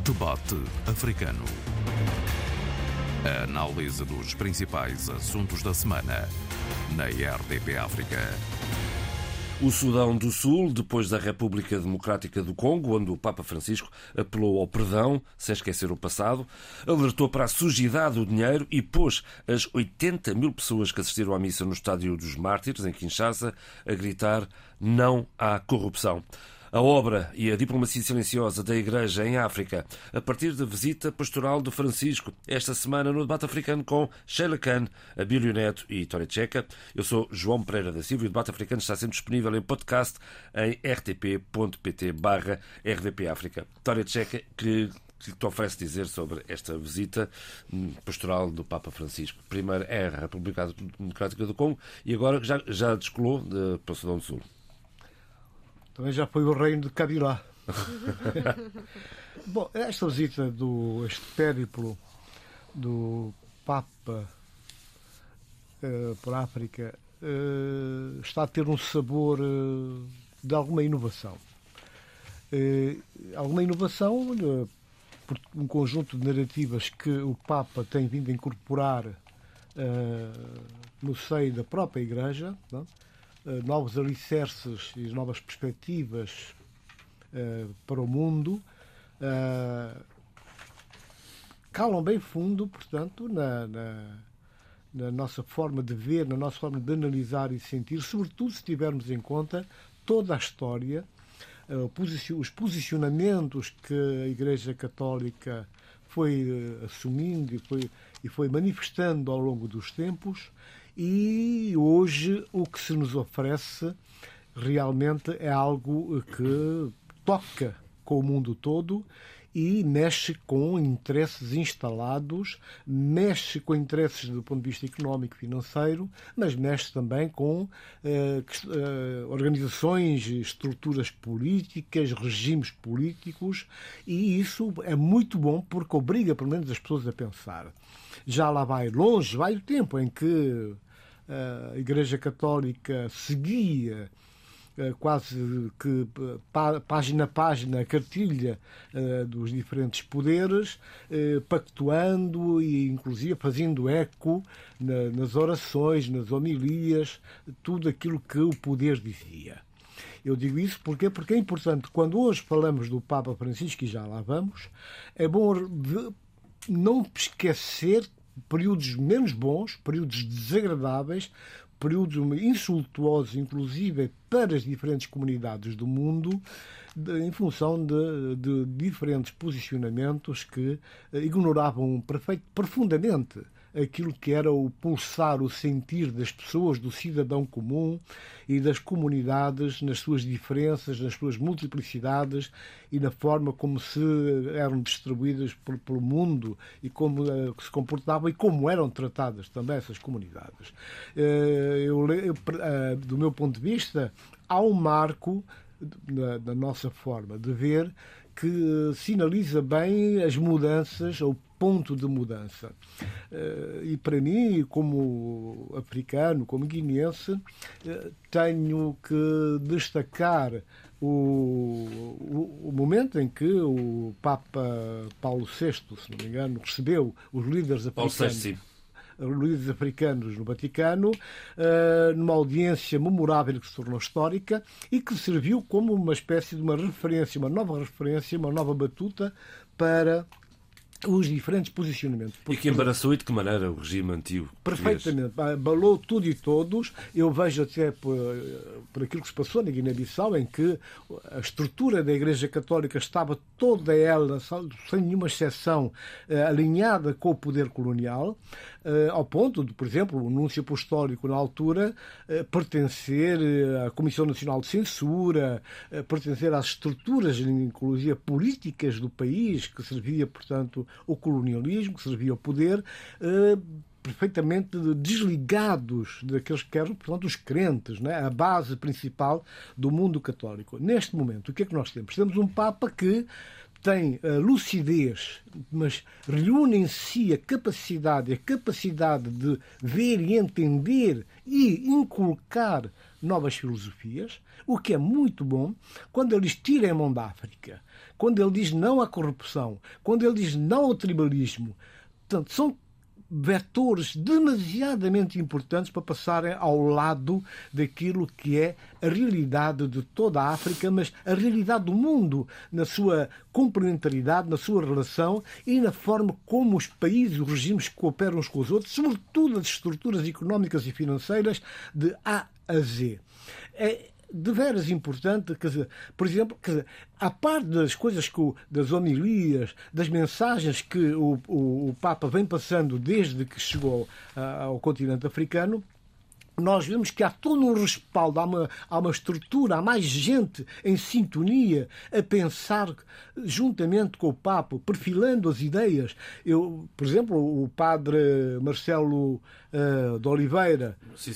Debate Africano. A análise dos principais assuntos da semana na RDP África. O Sudão do Sul, depois da República Democrática do Congo, onde o Papa Francisco apelou ao perdão, sem esquecer o passado, alertou para a sujidade do dinheiro e pôs as 80 mil pessoas que assistiram à missa no Estádio dos Mártires, em Kinshasa, a gritar não à corrupção. A obra e a diplomacia silenciosa da Igreja em África, a partir da visita pastoral de Francisco, esta semana no Debate Africano com Sheila Khan, Abílio Neto e Tória Tcheca. Eu sou João Pereira da Silva e o Debate Africano está sempre disponível em podcast em rtp.pt/RDP África. Tória Tcheca, que te oferece dizer sobre esta visita pastoral do Papa Francisco? Primeiro é a República Democrática do Congo e agora já descolou para o Sudão do Sul. Também já foi o reino de Kabila. Bom, esta visita, este périplo do Papa por África está a ter um sabor de alguma inovação. Alguma inovação por um conjunto de narrativas que o Papa tem vindo a incorporar no seio da própria Igreja, não? Novos alicerces e novas perspectivas para o mundo, calam bem fundo, portanto, na nossa forma de ver, na nossa forma de analisar e sentir, sobretudo se tivermos em conta toda a história, os posicionamentos que a Igreja Católica foi assumindo e foi manifestando ao longo dos tempos. E hoje o que se nos oferece realmente é algo que toca com o mundo todo e mexe com interesses instalados, mexe com interesses do ponto de vista económico e financeiro, mas mexe também com organizações, estruturas políticas, regimes políticos, e isso é muito bom porque obriga pelo menos as pessoas a pensar. Já lá vai longe, vai o tempo em que a Igreja Católica seguia quase que página a página a cartilha dos diferentes poderes, pactuando e inclusive fazendo eco nas orações, nas homilias, tudo aquilo que o poder dizia. Eu digo isso porque é importante, quando hoje falamos do Papa Francisco, e já lá vamos, é bom não esquecer períodos menos bons, períodos desagradáveis, períodos insultuosos, inclusive para as diferentes comunidades do mundo, em função de diferentes posicionamentos que ignoravam profundamente aquilo que era o pulsar, o sentir das pessoas, do cidadão comum e das comunidades nas suas diferenças, nas suas multiplicidades e na forma como se eram distribuídas pelo mundo e como se comportavam e como eram tratadas também essas comunidades. Do meu ponto de vista, há um marco na nossa forma de ver que sinaliza bem as mudanças, ou ponto de mudança. E para mim, como africano, como guineense, tenho que destacar o momento em que o Papa Paulo VI, se não me engano, recebeu os líderes africanos no Vaticano, numa audiência memorável que se tornou histórica e que serviu como uma espécie de uma referência, uma nova batuta para os diferentes posicionamentos. E que embaraçou e de que maneira o regime antigo? Perfeitamente. Abalou tudo e todos. Eu vejo até por aquilo que se passou na Guiné-Bissau, em que a estrutura da Igreja Católica estava toda ela, sem nenhuma exceção, alinhada com o poder colonial, ao ponto de, por exemplo, o Núncio Apostólico, na altura, pertencer à Comissão Nacional de Censura, pertencer às estruturas, inclusive políticas do país, que servia, portanto, o colonialismo, que servia ao poder, perfeitamente desligados daqueles que eram, portanto, os crentes, né? A base principal do mundo católico. Neste momento, o que é que nós temos? Temos um Papa que tem a lucidez, mas reúne em si a capacidade de ver e entender e inculcar novas filosofias, o que é muito bom, quando ele diz tirem a mão da África, quando ele diz não à corrupção, quando ele diz não ao tribalismo. Portanto, são vetores demasiadamente importantes para passarem ao lado daquilo que é a realidade de toda a África, mas a realidade do mundo, na sua complementaridade, na sua relação e na forma como os países e os regimes cooperam uns com os outros, sobretudo as estruturas económicas e financeiras de A a Z. É de veras importante, quer dizer, por exemplo, a parte das coisas, das homilias, das mensagens que o Papa vem passando desde que chegou ao continente africano, nós vemos que há todo um respaldo, há uma estrutura, há mais gente em sintonia a pensar juntamente com o Papa, perfilando as ideias. Por exemplo, o padre Marcelo de Oliveira,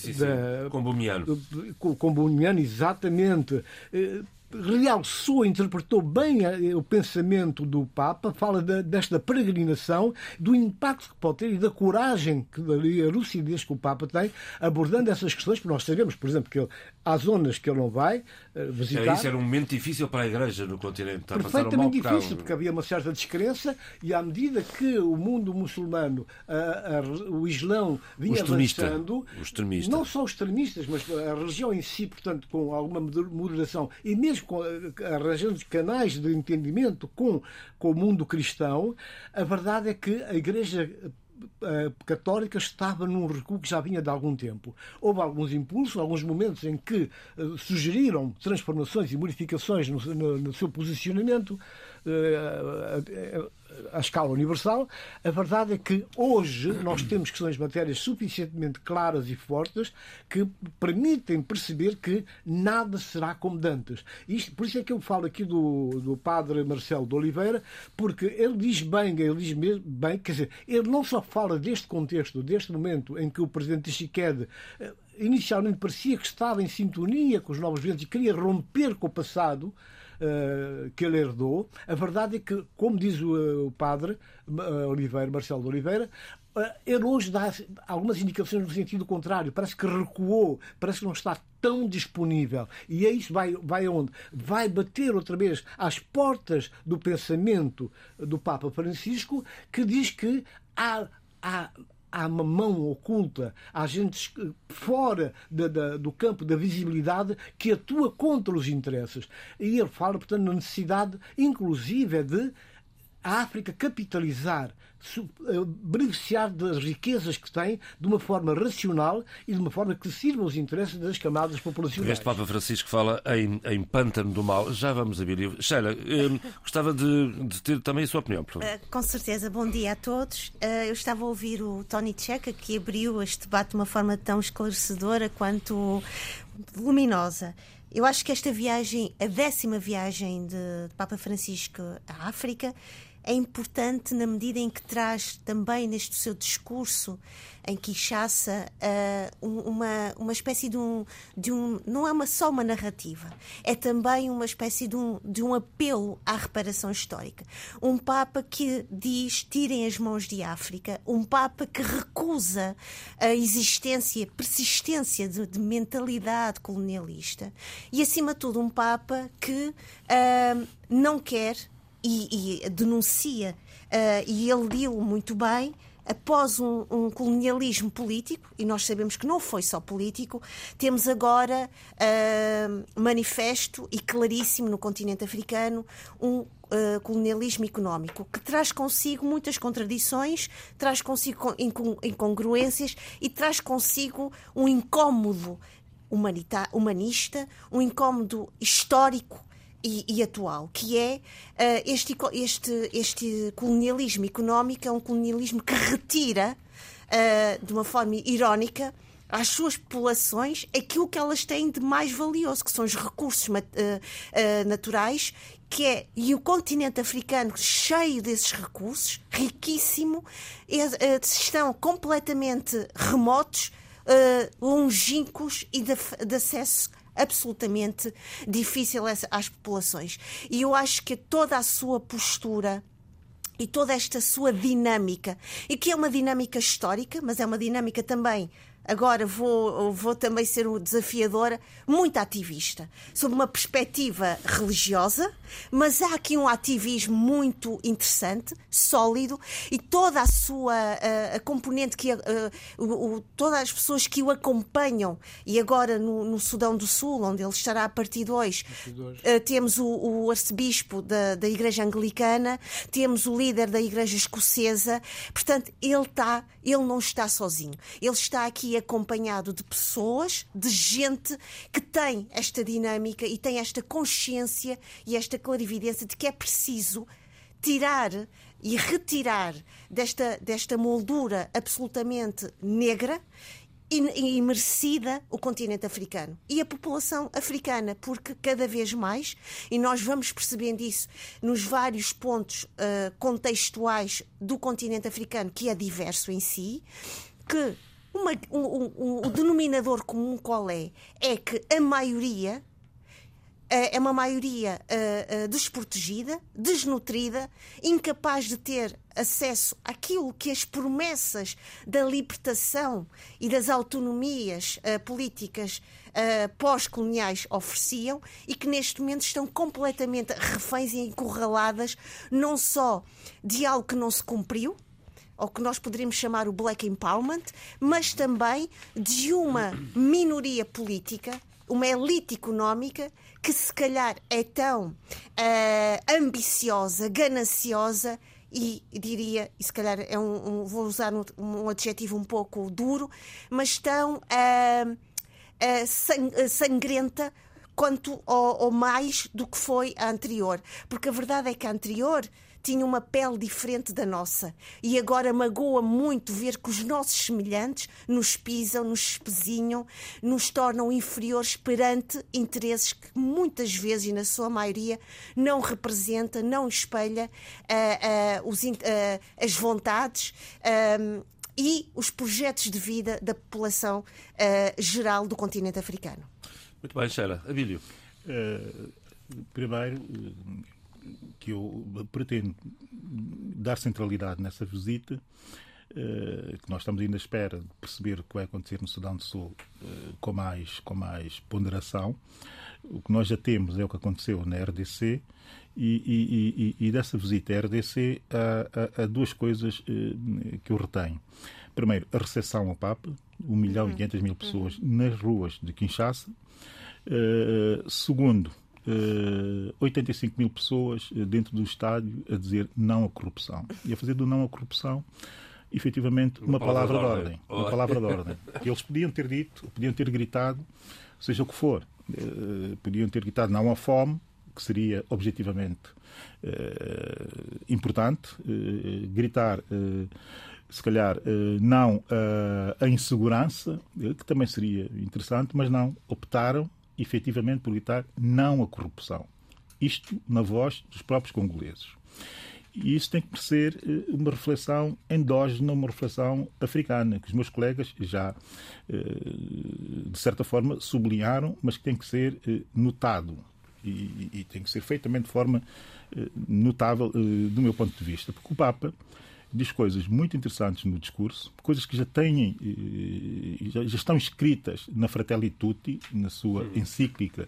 Combumiano, exatamente, realçou, interpretou bem o pensamento do Papa, fala desta peregrinação, do impacto que pode ter e da coragem, a lucidez que o Papa tem, abordando essas questões, porque nós sabemos, por exemplo, que há zonas que ele não vai visitar. Isso era um momento difícil para a Igreja no continente. Perfeitamente difícil, porque havia uma certa descrença e à medida que o mundo muçulmano, o Islão vinha avançando, não só os extremistas, mas a religião em si, portanto, com alguma moderação, e mesmo arranjando canais de entendimento com o mundo cristão, a verdade é que a Igreja católica estava num recuo que já vinha de algum tempo. Houve alguns impulsos, alguns momentos em que sugeriram transformações e modificações no seu posicionamento à escala universal. A verdade é que hoje nós temos questões de matérias suficientemente claras e fortes que permitem perceber que nada será como de antes. Por isso é que eu falo aqui do padre Marcelo de Oliveira, porque ele diz bem, quer dizer, ele não só fala deste contexto, deste momento em que o presidente Tshisekedi inicialmente parecia que estava em sintonia com os novos ventos e queria romper com o passado que ele herdou. A verdade é que, como diz o padre Marcelo de Oliveira, ele hoje dá algumas indicações no sentido contrário. Parece que recuou, parece que não está tão disponível. E é isso, vai aonde? Vai bater outra vez às portas do pensamento do Papa Francisco, que diz que há uma mão oculta, há gente fora do campo da visibilidade que atua contra os interesses. E ele fala, portanto, na necessidade, inclusive, de a África capitalizar, beneficiar das riquezas que tem de uma forma racional e de uma forma que sirva aos interesses das camadas populacionais. Este Papa Francisco fala em pântano do mal. Já vamos a ver. Sheila, gostava de ter também a sua opinião. Com certeza. Bom dia a todos. Eu estava a ouvir o Tony Checa, que abriu este debate de uma forma tão esclarecedora quanto luminosa. Eu acho que esta viagem, a 10ª viagem de Papa Francisco à África, é importante na medida em que traz também neste seu discurso em Kinshasa uma espécie de um não é só uma narrativa, é também uma espécie de um apelo à reparação histórica. Um Papa que diz tirem as mãos de África, um Papa que recusa a existência, a persistência de mentalidade colonialista e, acima de tudo, um Papa que não quer e denuncia, e ele diz muito bem, após um colonialismo político, e nós sabemos que não foi só político, temos agora manifesto e claríssimo no continente africano um colonialismo económico que traz consigo muitas contradições, traz consigo incongruências e traz consigo um incómodo humanista, um incómodo histórico e atual, que é este colonialismo económico, é um colonialismo que retira de uma forma irónica às suas populações aquilo que elas têm de mais valioso, que são os recursos naturais, e o continente africano cheio desses recursos, riquíssimo, estão completamente remotos, longínquos e de acesso absolutamente difícil às populações. E eu acho que toda a sua postura e toda esta sua dinâmica, e que é uma dinâmica histórica, mas é uma dinâmica também agora vou também ser desafiadora, muito ativista, sob uma perspectiva religiosa, mas há aqui um ativismo muito interessante, sólido, e toda a sua a componente, todas as pessoas que o acompanham, e agora no Sudão do Sul, onde ele estará a partir de hoje, temos o arcebispo da Igreja Anglicana, temos o líder da Igreja Escocesa, portanto, ele não está sozinho, ele está aqui acompanhado de pessoas, de gente que tem esta dinâmica e tem esta consciência e esta clarividência de que é preciso tirar e retirar desta moldura absolutamente negra e merecida o continente africano e a população africana, porque cada vez mais, e nós vamos percebendo isso nos vários pontos contextuais do continente africano, que é diverso em si, que o denominador comum qual é que a maioria é uma maioria desprotegida, desnutrida, incapaz de ter acesso àquilo que as promessas da libertação e das autonomias políticas pós-coloniais ofereciam e que neste momento estão completamente reféns e encurraladas não só de algo que não se cumpriu, ou que nós poderíamos chamar o Black Empowerment, mas também de uma minoria política, uma elite económica que se calhar é tão ambiciosa, gananciosa e diria, e se calhar vou usar um adjetivo um pouco duro, mas tão sangrenta quanto ou mais do que foi a anterior. Porque a verdade é que a anterior tinha uma pele diferente da nossa e agora magoa muito ver que os nossos semelhantes nos pisam, nos espezinham, nos tornam inferiores perante interesses que muitas vezes, e na sua maioria, não representa, não espelha as vontades e os projetos de vida da população geral do continente africano. Muito bem, Sheila. Abílio. Primeiro, que eu pretendo dar centralidade nessa visita, que nós estamos ainda à espera de perceber o que vai acontecer no Sudão do Sul com mais ponderação. O que nós já temos é o que aconteceu na RDC e dessa visita à RDC há duas coisas que eu retenho. Primeiro, a recepção ao Papa, 1.500.000 pessoas nas ruas de Kinshasa. Segundo, 85.000 pessoas dentro do estádio a dizer não à corrupção. E a fazer do não à corrupção, efetivamente, uma palavra de ordem. Uma palavra de ordem. Eles podiam ter dito, podiam ter gritado, seja o que for. Podiam ter gritado não à fome, que seria objetivamente importante. Gritar, se calhar, não à insegurança, que também seria interessante, mas não, optaram efetivamente por gritar não à corrupção. Isto na voz dos próprios congoleses. E isso tem que ser uma reflexão endógena, uma reflexão africana, que os meus colegas já, de certa forma, sublinharam, mas que tem que ser notado. E tem que ser feito também de forma notável, do meu ponto de vista. Porque o Papa diz coisas muito interessantes no discurso, coisas que já estão escritas na Fratelli Tutti, na sua encíclica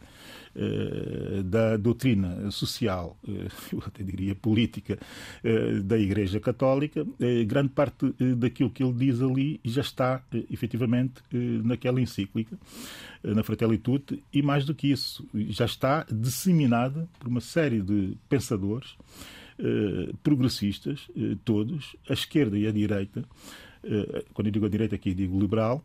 da doutrina social, eu até diria política, da Igreja Católica. Grande parte daquilo que ele diz ali já está, efetivamente, naquela encíclica, na Fratelli Tutti, e mais do que isso, já está disseminada por uma série de pensadores progressistas, todos, a esquerda e a direita, quando eu digo a direita aqui digo liberal,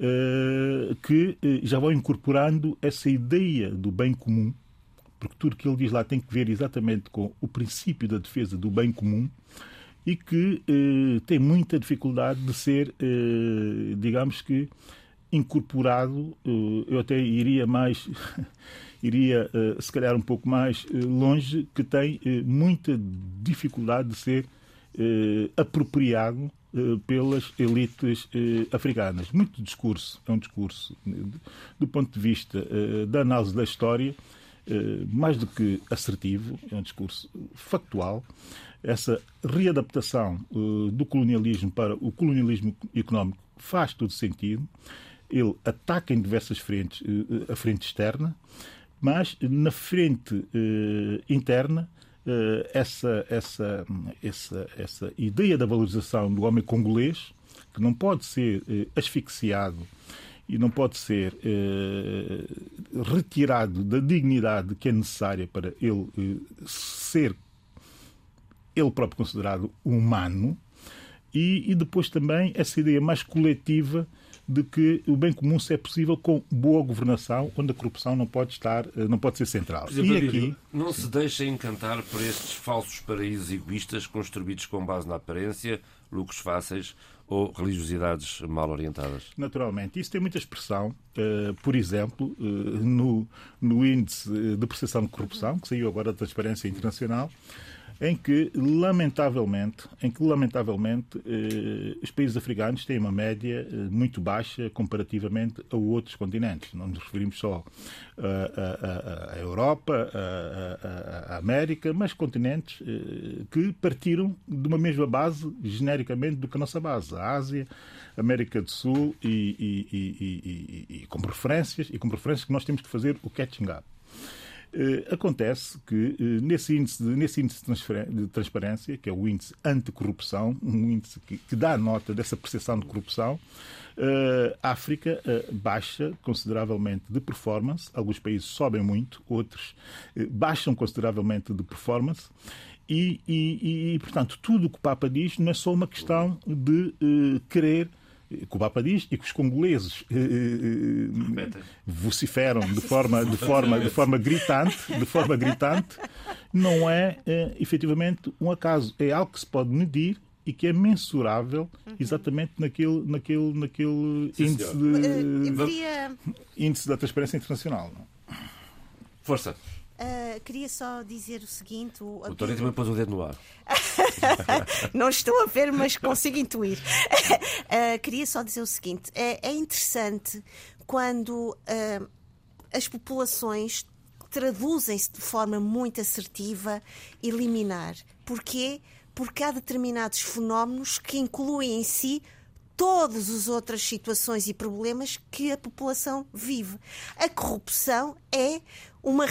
que já vão incorporando essa ideia do bem comum, porque tudo que ele diz lá tem que ver exatamente com o princípio da defesa do bem comum e que tem muita dificuldade de ser, digamos que, incorporado. Eu até iria mais... se calhar um pouco mais longe, que tem muita dificuldade de ser apropriado pelas elites africanas. Muito discurso, é um discurso, do ponto de vista da análise da história, mais do que assertivo, é um discurso factual. Essa readaptação do colonialismo para o colonialismo económico faz todo sentido. Ele ataca em diversas frentes, a frente externa, mas na frente interna, essa ideia da valorização do homem congolês, que não pode ser asfixiado e não pode ser retirado da dignidade que é necessária para ele ser ele próprio considerado humano, e depois também essa ideia mais coletiva de que o bem comum se é possível com boa governação, onde a corrupção não pode ser central. Por exemplo, E aqui não se deixa encantar por estes falsos paraísos egoístas construídos com base na aparência, lucros fáceis ou religiosidades mal orientadas. Naturalmente. Isso tem muita expressão, por exemplo, no índice de percepção de corrupção, que saiu agora da Transparência Internacional, em que, lamentavelmente, os países africanos têm uma média muito baixa comparativamente a outros continentes. Não nos referimos só à Europa, à América, mas continentes que partiram de uma mesma base, genericamente, do que a nossa base. A Ásia, a América do Sul e com preferências que nós temos que fazer o catching up. Acontece que nesse índice de transparência, que é o índice anticorrupção, um índice que dá nota dessa percepção de corrupção, a África baixa consideravelmente de performance. Alguns países sobem muito, outros baixam consideravelmente de performance. E, portanto, tudo o que o Papa diz não é só uma questão de querer, que o Papa diz e que os congoleses vociferam de forma gritante, não é efetivamente um acaso. É algo que se pode medir e que é mensurável exatamente naquele índice da Transparência Internacional. Força. Queria só dizer o seguinte... O Tony também pôs o dedo no ar. Não estou a ver, mas consigo intuir. Queria só dizer o seguinte. É interessante quando as populações traduzem-se de forma muito assertiva e liminar. Porquê? Porque há determinados fenómenos que incluem em si todas as outras situações e problemas que a população vive. A corrupção é uma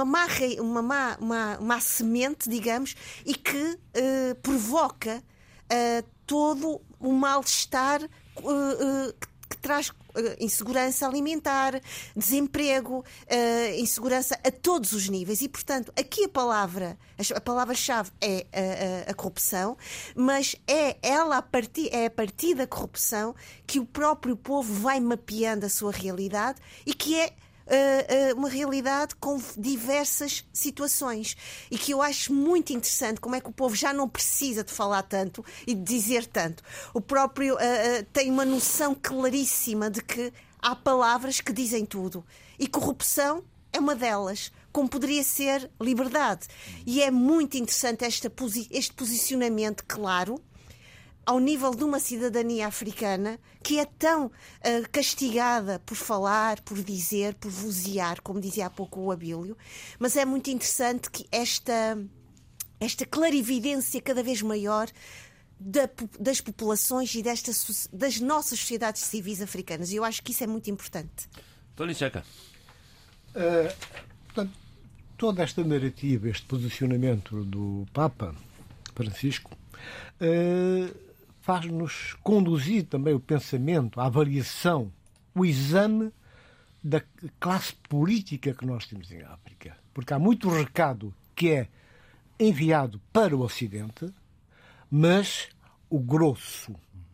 má semente, digamos, e que provoca todo o mal-estar que traz insegurança alimentar, desemprego, insegurança a todos os níveis. E, portanto, aqui a palavra-chave é a corrupção, mas é a partir da corrupção que o próprio povo vai mapeando a sua realidade e que é uma realidade com diversas situações e que eu acho muito interessante como é que o povo já não precisa de falar tanto e de dizer tanto. O próprio tem uma noção claríssima de que há palavras que dizem tudo e corrupção é uma delas, como poderia ser liberdade. E é muito interessante este posicionamento claro ao nível de uma cidadania africana que é tão castigada por falar, por dizer, por vozear, como dizia há pouco o Abílio, mas é muito interessante que esta clarividência cada vez maior das populações e das nossas sociedades civis africanas. E eu acho que isso é muito importante. Tony Checa. Portanto, toda esta narrativa, este posicionamento do Papa Francisco faz-nos conduzir também o pensamento, a avaliação, o exame da classe política que nós temos em África. Porque há muito recado que é enviado para o Ocidente, mas o grosso,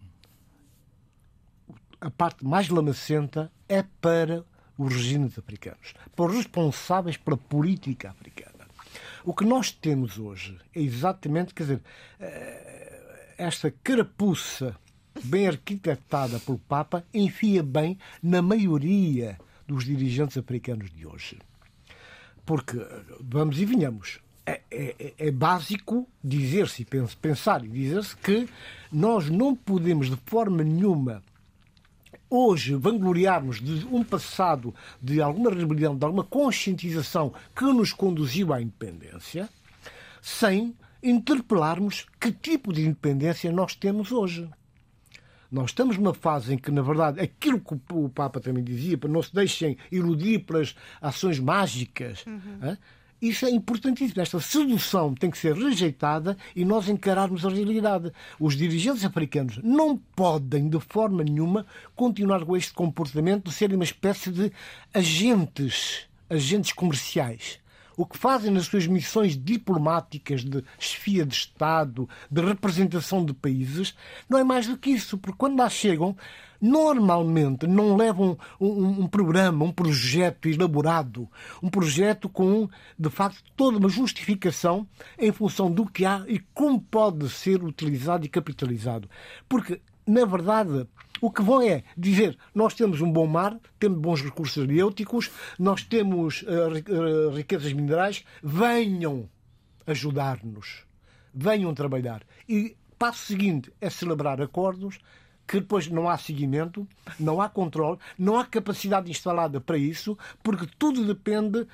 a parte mais lamacenta, é para os regimes africanos, para os responsáveis pela política africana. O que nós temos hoje é exatamente, quer dizer, esta carapuça bem arquitetada pelo Papa enfia bem na maioria dos dirigentes africanos de hoje. Porque, vamos e venhamos, é básico dizer-se, pensar e dizer-se que nós não podemos de forma nenhuma hoje vangloriarmos de um passado, de alguma rebelião, de alguma conscientização que nos conduziu à independência, sem interpelarmos que tipo de independência nós temos hoje. Nós estamos numa fase em que, na verdade, aquilo que o Papa também dizia, para não se deixem iludir pelas ações mágicas, isso é importantíssimo. Esta sedução tem que ser rejeitada e nós encararmos a realidade. Os dirigentes africanos não podem, de forma nenhuma, continuar com este comportamento de serem uma espécie de agentes comerciais. O que fazem nas suas missões diplomáticas de chefia de Estado, de representação de países, não é mais do que isso, porque quando lá chegam, normalmente não levam um programa, um projeto elaborado, um projeto com, de facto, toda uma justificação em função do que há e como pode ser utilizado e capitalizado. Porque, na verdade, o que vão é dizer, nós temos um bom mar, temos bons recursos halieuticos, nós temos riquezas minerais, venham ajudar-nos, venham trabalhar. E passo seguinte é celebrar acordos que depois não há seguimento, não há controle, não há capacidade instalada para isso, porque tudo depende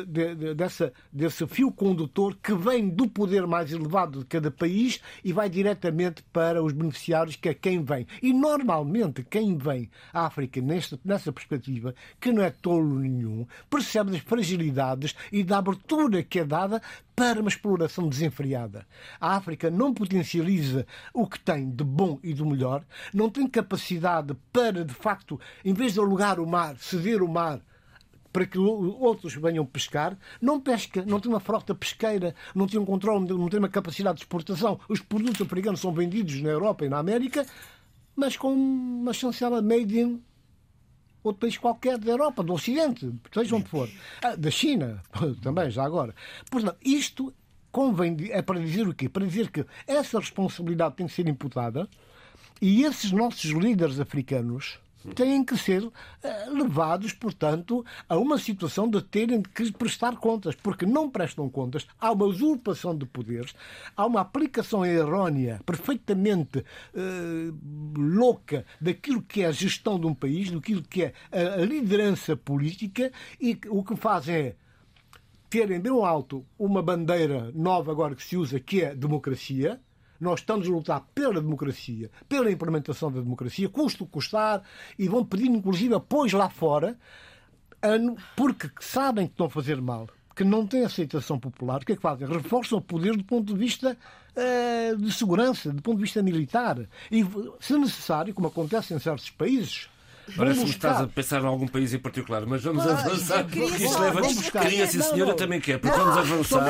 desse fio condutor que vem do poder mais elevado de cada país e vai diretamente para os beneficiários, que é quem vem. E normalmente quem vem à África nessa perspectiva, que não é tolo nenhum, percebe das fragilidades e da abertura que é dada para uma exploração desenfreada. A África não potencializa o que tem de bom e do melhor, não tem capacidade para, de facto, em vez de alugar o mar, ceder o mar para que outros venham pescar, não pesca, não tem uma frota pesqueira, não tem um controle, não tem uma capacidade de exportação. Os produtos africanos são vendidos na Europa e na América, mas com uma chancela made in outro país qualquer da Europa, do Ocidente, seja onde for. Da China, também, já agora. Portanto, isto convém, é para dizer o quê? Para dizer que essa responsabilidade tem que ser imputada e esses nossos líderes africanos têm que ser levados, portanto, a uma situação de terem que prestar contas, porque não prestam contas, há uma usurpação de poderes, há uma aplicação errónea, perfeitamente louca, daquilo que é a gestão de um país, daquilo que é a liderança política, e o que fazem é terem bem alto uma bandeira nova agora que se usa, que é democracia. Nós estamos a lutar pela democracia, pela implementação da democracia, custo custar, e vão pedir, inclusive, apoios lá fora, porque sabem que estão a fazer mal, que não têm aceitação popular. O que é que fazem? Reforçam o poder do ponto de vista de segurança, do ponto de vista militar. E, se necessário, como acontece em certos países, parece que estás a pensar em algum país em particular, mas vamos avançar, porque isto leva... Queria, sim, senhora, também quer, porque vamos avançar.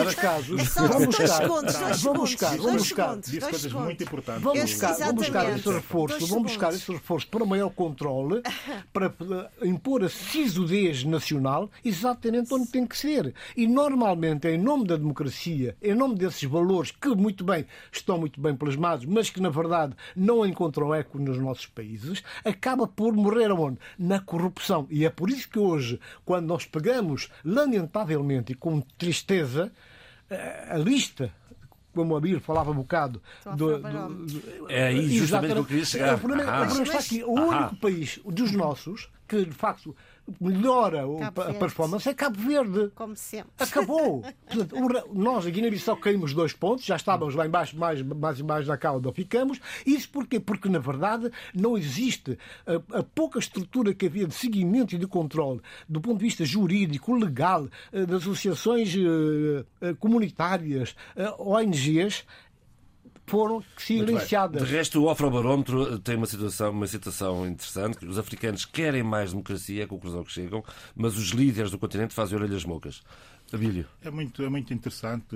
Vamos buscar. Disse coisas muito importantes. Vamos buscar esse reforço para maior controle, para impor a sisudez nacional exatamente onde tem que ser. E, normalmente, em nome da democracia, em nome desses valores que, muito bem, estão muito bem plasmados, mas que, na verdade, não encontram eco nos nossos países, acaba por morrer onde? Na corrupção. E é por isso que hoje, quando nós pegamos, lamentavelmente e com tristeza, a lista, como o Abir falava um bocado, é aí justamente que eu queria chegar. O problema está aqui. O único país dos nossos que, de facto, melhora a performance é Cabo Verde. Como sempre. Acabou. Portanto, nós, a Guiné-Bissau, caímos 2 pontos, já estávamos lá embaixo, mais na cauda ficamos. Isso porquê? Porque, na verdade, não existe a pouca estrutura que havia de seguimento e de controle do ponto de vista jurídico, legal, das associações comunitárias, ONGs, foram silenciadas. De resto, o Afrobarómetro tem uma citação interessante, que os africanos querem mais democracia, é a conclusão que chegam, mas os líderes do continente fazem orelhas mocas. Abílio. É muito interessante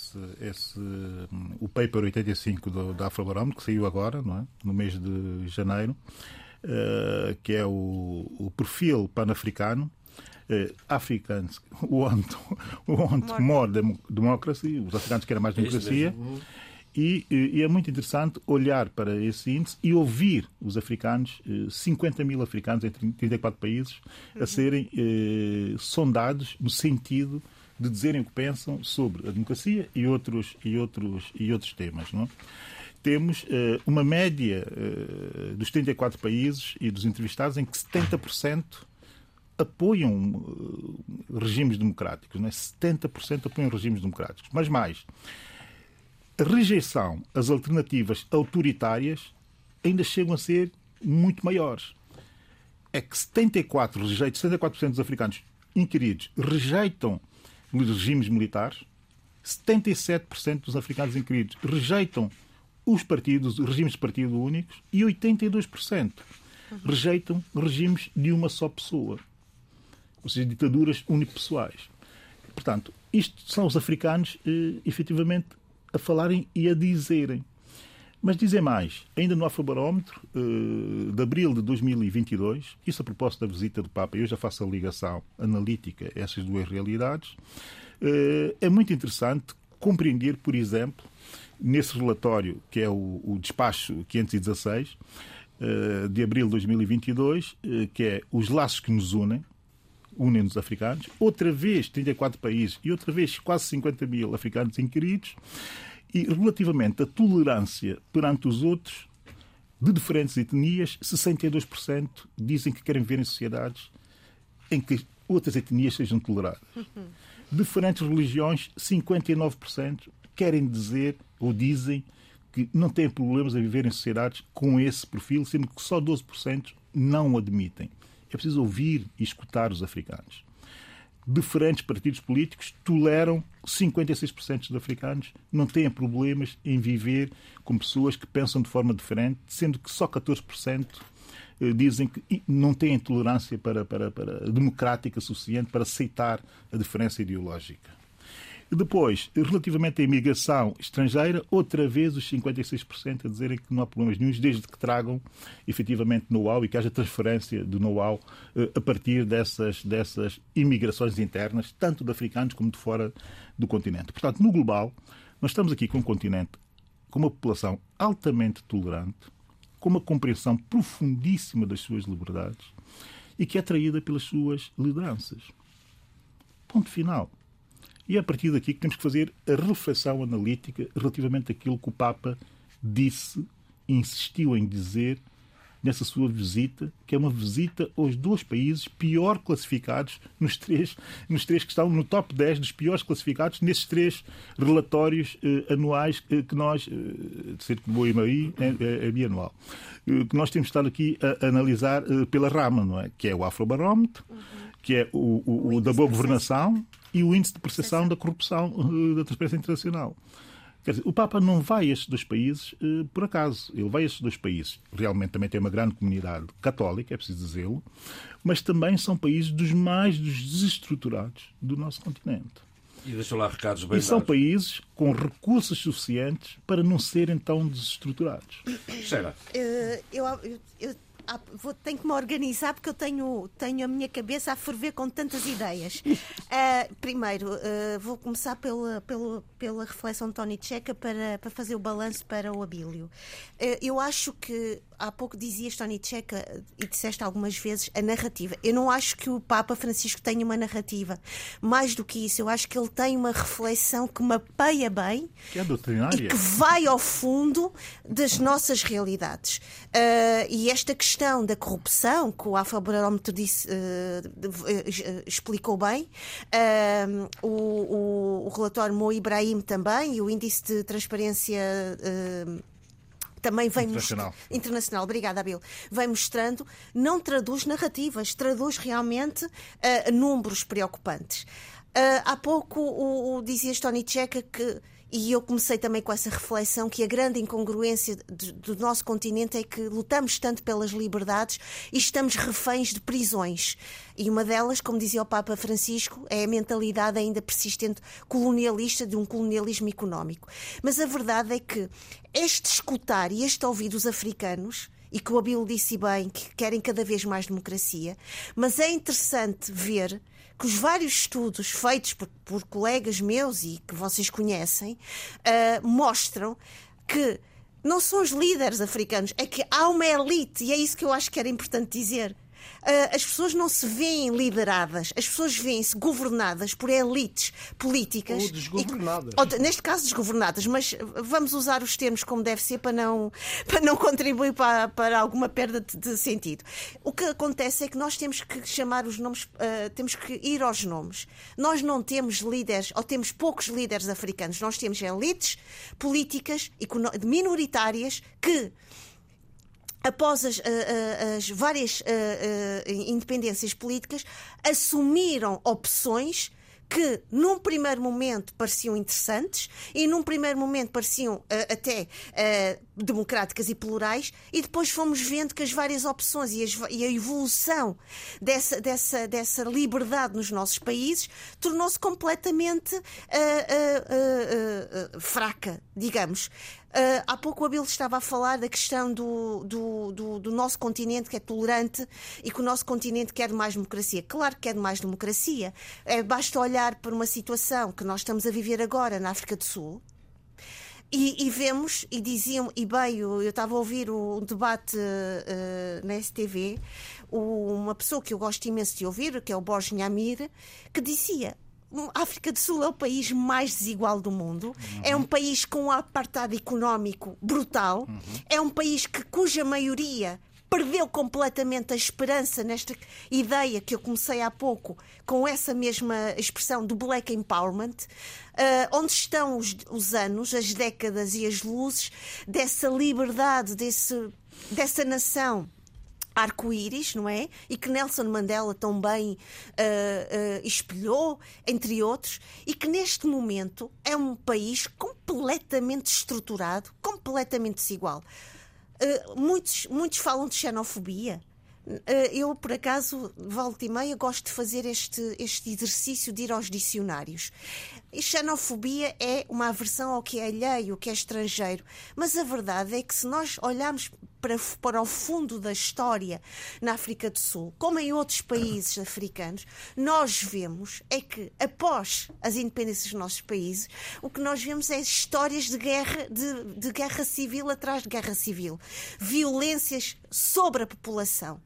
o paper 85 da Afrobarómetro, que saiu agora, não é? No mês de janeiro, que é o perfil pan-africano. Africans want more democracy, os africanos querem mais democracia. E é muito interessante olhar para esse índice e ouvir os africanos, 50 mil africanos em 34 países, a serem sondados no sentido de dizerem o que pensam sobre a democracia e outros temas. Não é? temos uma média dos 34 países e dos entrevistados em que 70% apoiam regimes democráticos. Não é? 70% apoiam regimes democráticos. Mas mais, a rejeição às alternativas autoritárias ainda chegam a ser muito maiores. É que 74% dos africanos inquiridos rejeitam os regimes militares, 77% dos africanos inquiridos rejeitam os regimes de partido únicos e 82% rejeitam regimes de uma só pessoa, ou seja, ditaduras unipessoais. Portanto, isto são os africanos, efetivamente, a falarem e a dizerem. Mas dizem mais, ainda no Afrobarómetro de abril de 2022, isso a propósito da visita do Papa, eu já faço a ligação analítica a essas duas realidades, é muito interessante compreender, por exemplo, nesse relatório, que é o despacho 516, de abril de 2022, que é os laços que nos unem os africanos, outra vez 34 países e outra vez quase 50 mil africanos inquiridos, e relativamente à tolerância perante os outros, de diferentes etnias, 62% dizem que querem viver em sociedades em que outras etnias sejam toleradas. Diferentes religiões, 59% querem dizer ou dizem que não têm problemas a viver em sociedades com esse perfil, sendo que só 12% não o admitem. É preciso ouvir e escutar os africanos. Diferentes partidos políticos toleram 56% dos africanos, não têm problemas em viver com pessoas que pensam de forma diferente, sendo que só 14% dizem que não têm tolerância democrática suficiente para aceitar a diferença ideológica. Depois, relativamente à imigração estrangeira, outra vez os 56% a dizerem que não há problemas nenhuns, desde que tragam efetivamente know-how e que haja transferência de know-how a partir dessas imigrações internas, tanto de africanos como de fora do continente. Portanto, no global, nós estamos aqui com um continente com uma população altamente tolerante, com uma compreensão profundíssima das suas liberdades e que é atraída pelas suas lideranças. Ponto final. E é a partir daqui que temos que fazer a reflexão analítica relativamente àquilo que o Papa disse e insistiu em dizer nessa sua visita, que é uma visita aos dois países pior classificados nos três que estão no top 10 dos piores classificados nesses 3 relatórios anuais que nós, de cerca de boa e meia, é bianual, que nós temos estado aqui a analisar pela rama, não é? Que é o Afrobarómetro, que é o da boa governação e o índice de percepção da corrupção da Transparência Internacional. Quer dizer, o Papa não vai a estes 2 países por acaso. Ele vai a estes 2 países. Realmente também tem uma grande comunidade católica, é preciso dizê-lo, mas também são países dos mais desestruturados do nosso continente. E deixam lá recados bem dados. E são países com recursos suficientes para não serem tão desestruturados. Sheila. Tenho que me organizar porque eu tenho a minha cabeça a ferver com tantas ideias. Primeiro, vou começar pela reflexão de Tony Checa para fazer o balanço para o Abílio. Eu acho que há pouco dizias, Tony Checa, e disseste algumas vezes, a narrativa. Eu não acho que o Papa Francisco tenha uma narrativa. Mais do que isso, eu acho que ele tem uma reflexão que mapeia bem que é doutrinária e que vai ao fundo das nossas realidades. E esta questão da corrupção, que o Afrobarómetro explicou bem, o relatório Mo Ibrahim também, e o índice de transparência também vem internacional, obrigada, Abel, vem mostrando, não traduz narrativas, traduz realmente números preocupantes. Há pouco dizias, Tony Checa, que, e eu comecei também com essa reflexão, que a grande incongruência do nosso continente é que lutamos tanto pelas liberdades e estamos reféns de prisões. E uma delas, como dizia o Papa Francisco, é a mentalidade ainda persistente colonialista, de um colonialismo económico. Mas a verdade é que este escutar e este ouvir os africanos, e que o Abílio disse bem, que querem cada vez mais democracia, mas é interessante ver que os vários estudos feitos por colegas meus e que vocês conhecem mostram que não são os líderes africanos, é que há uma elite, e é isso que eu acho que era importante dizer. as pessoas não se veem lideradas, as pessoas veem-se governadas por elites políticas. Ou desgovernadas. Neste caso, desgovernadas, mas vamos usar os termos como deve ser para não contribuir para alguma perda de sentido. O que acontece é que nós temos que chamar os nomes, temos que ir aos nomes. Nós não temos líderes, ou temos poucos líderes africanos, nós temos elites políticas minoritárias que, após as várias independências políticas, assumiram opções que num primeiro momento pareciam interessantes e num primeiro momento pareciam até democráticas e plurais, e depois fomos vendo que as várias opções e a evolução dessa liberdade nos nossos países tornou-se completamente fraca, digamos. Há pouco o Abel estava a falar da questão do nosso continente, que é tolerante, e que o nosso continente quer mais democracia. Claro que quer mais democracia. Basta olhar para uma situação que nós estamos a viver agora na África do Sul e vemos, e diziam, e bem, eu estava a ouvir o debate na STV, uma pessoa que eu gosto imenso de ouvir, que é o Borges Nyamir, que dizia: a África do Sul é o país mais desigual do mundo. É um país com um apartheid económico brutal. É um país cuja maioria perdeu completamente a esperança nesta ideia que eu comecei há pouco, com essa mesma expressão do Black Empowerment. Onde estão os anos, as décadas e as luzes dessa liberdade, dessa nação arco-íris, não é? E que Nelson Mandela tão bem espelhou, entre outros, e que neste momento é um país completamente estruturado, completamente desigual. Muitos falam de xenofobia. Eu, por acaso, volta e meia, gosto de fazer este exercício de ir aos dicionários. E xenofobia é uma aversão ao que é alheio, ao que é estrangeiro. Mas a verdade é que, se nós olharmos para o fundo da história na África do Sul, como em outros países africanos, nós vemos é que, após as independências dos nossos países, o que nós vemos é histórias de guerra civil atrás de guerra civil. Violências sobre a população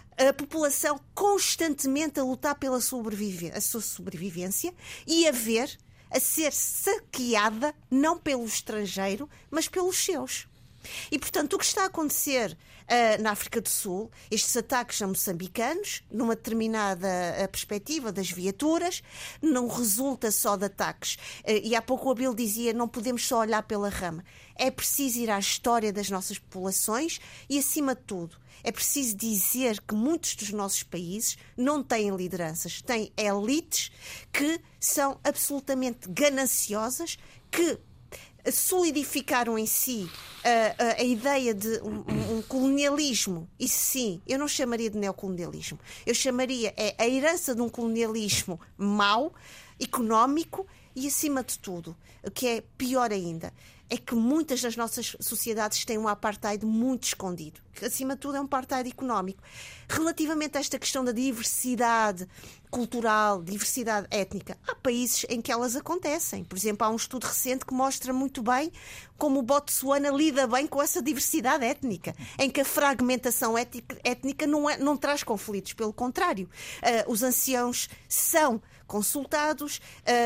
constantemente a lutar pela sua sobrevivência e a ser saqueada não pelo estrangeiro, mas pelos seus. E, portanto, o que está a acontecer na África do Sul, estes ataques a moçambicanos, numa determinada perspectiva das viaturas, não resulta só de ataques. E há pouco o Abel dizia, não podemos só olhar pela rama. É preciso ir à história das nossas populações e, acima de tudo, é preciso dizer que muitos dos nossos países não têm lideranças, têm elites que são absolutamente gananciosas, que solidificaram em si a ideia de um colonialismo. Isso sim, eu não chamaria de neocolonialismo. Eu chamaria a herança de um colonialismo mau, económico e, acima de tudo, o que é pior ainda, é que muitas das nossas sociedades têm um apartheid muito escondido, que acima de tudo é um apartheid económico. Relativamente a esta questão da diversidade cultural, diversidade étnica, há países em que elas acontecem. Por exemplo, há um estudo recente que mostra muito bem como o Botsuana lida bem com essa diversidade étnica, em que a fragmentação étnica não traz conflitos, pelo contrário. Os anciãos são consultados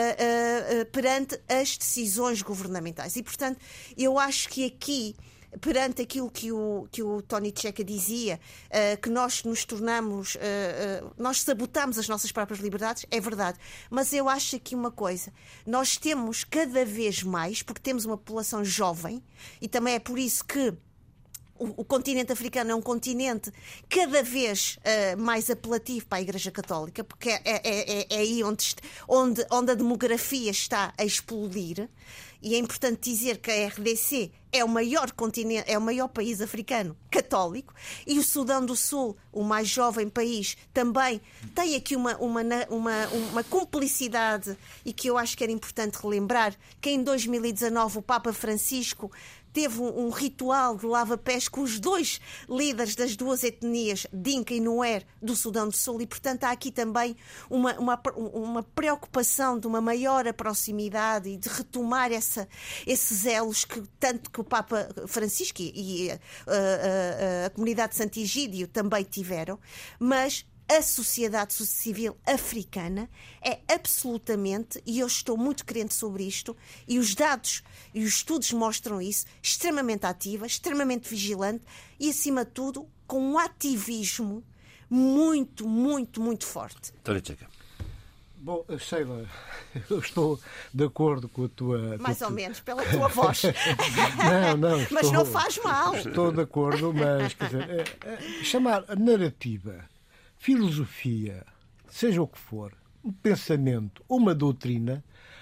perante as decisões governamentais. E, portanto, eu acho que aqui, perante aquilo que o Tony Checa dizia, que nós nos tornamos, nós sabotamos as nossas próprias liberdades, é verdade. Mas eu acho aqui uma coisa, nós temos cada vez mais, porque temos uma população jovem, e também é por isso que o continente africano é um continente cada vez mais apelativo para a Igreja Católica, porque é aí onde a demografia está a explodir. E é importante dizer que a RDC é o maior continente, é o maior país africano católico, e o Sudão do Sul, o mais jovem país, também tem aqui uma cumplicidade, e que eu acho que era importante relembrar, que em 2019 o Papa Francisco teve um ritual de lava-pés com os dois líderes das duas etnias, Dinka e Nuer, do Sudão do Sul, e, portanto, há aqui também uma preocupação de uma maior proximidade e de retomar esses elos que tanto que o Papa Francisco e a comunidade de Santo Egídio também tiveram, mas a sociedade civil africana é absolutamente, e eu estou muito crente sobre isto, e os dados e os estudos mostram isso, extremamente ativa, extremamente vigilante e, acima de tudo, com um ativismo muito, muito, muito forte. Tony Checa. Bom, Sheila, eu estou de acordo com a tua... Mais ou menos, pela tua voz. Não, mas não faz mal. Estou de acordo, mas, quer dizer, chamar a narrativa, filosofia, seja o que for, um pensamento, uma doutrina,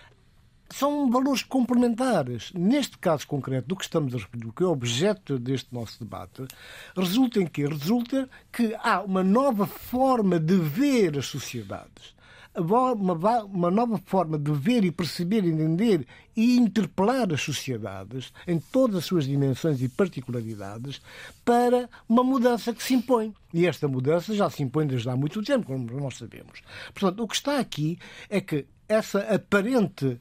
são valores complementares. Neste caso concreto do que estamos a referir, o que é objeto deste nosso debate, resulta em quê? Resulta que há uma nova forma de ver as sociedades. Uma nova forma de ver e perceber, entender e interpelar as sociedades em todas as suas dimensões e particularidades para uma mudança que se impõe. E esta mudança já se impõe desde há muito tempo, como nós sabemos. Portanto, o que está aqui é que essa aparente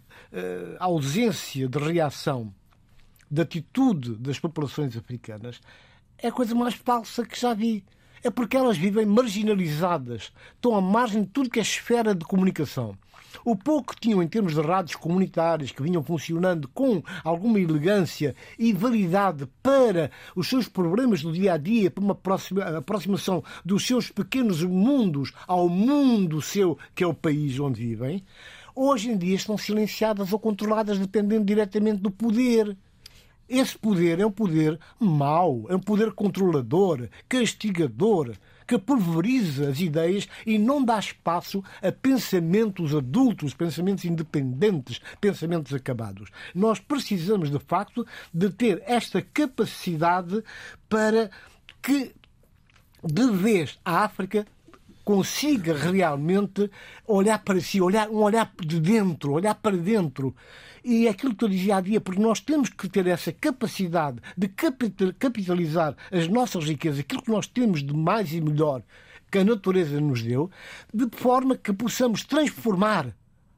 ausência de reação, de atitude das populações africanas é a coisa mais falsa que já vi. É porque elas vivem marginalizadas, estão à margem de tudo que é esfera de comunicação. O pouco que tinham em termos de rádios comunitárias que vinham funcionando com alguma elegância e validade para os seus problemas do dia-a-dia, para uma aproximação dos seus pequenos mundos ao mundo seu, que é o país onde vivem, hoje em dia estão silenciadas ou controladas dependendo diretamente do poder. Esse poder é um poder mau, é um poder controlador, castigador, que pulveriza as ideias e não dá espaço a pensamentos adultos, pensamentos independentes, pensamentos acabados. Nós precisamos, de facto, de ter esta capacidade para que, de vez, a África consiga realmente olhar para si, um olhar de dentro, olhar para dentro. E é aquilo que eu dizia há dia, porque nós temos que ter essa capacidade de capitalizar as nossas riquezas, aquilo que nós temos de mais e melhor que a natureza nos deu, de forma que possamos transformar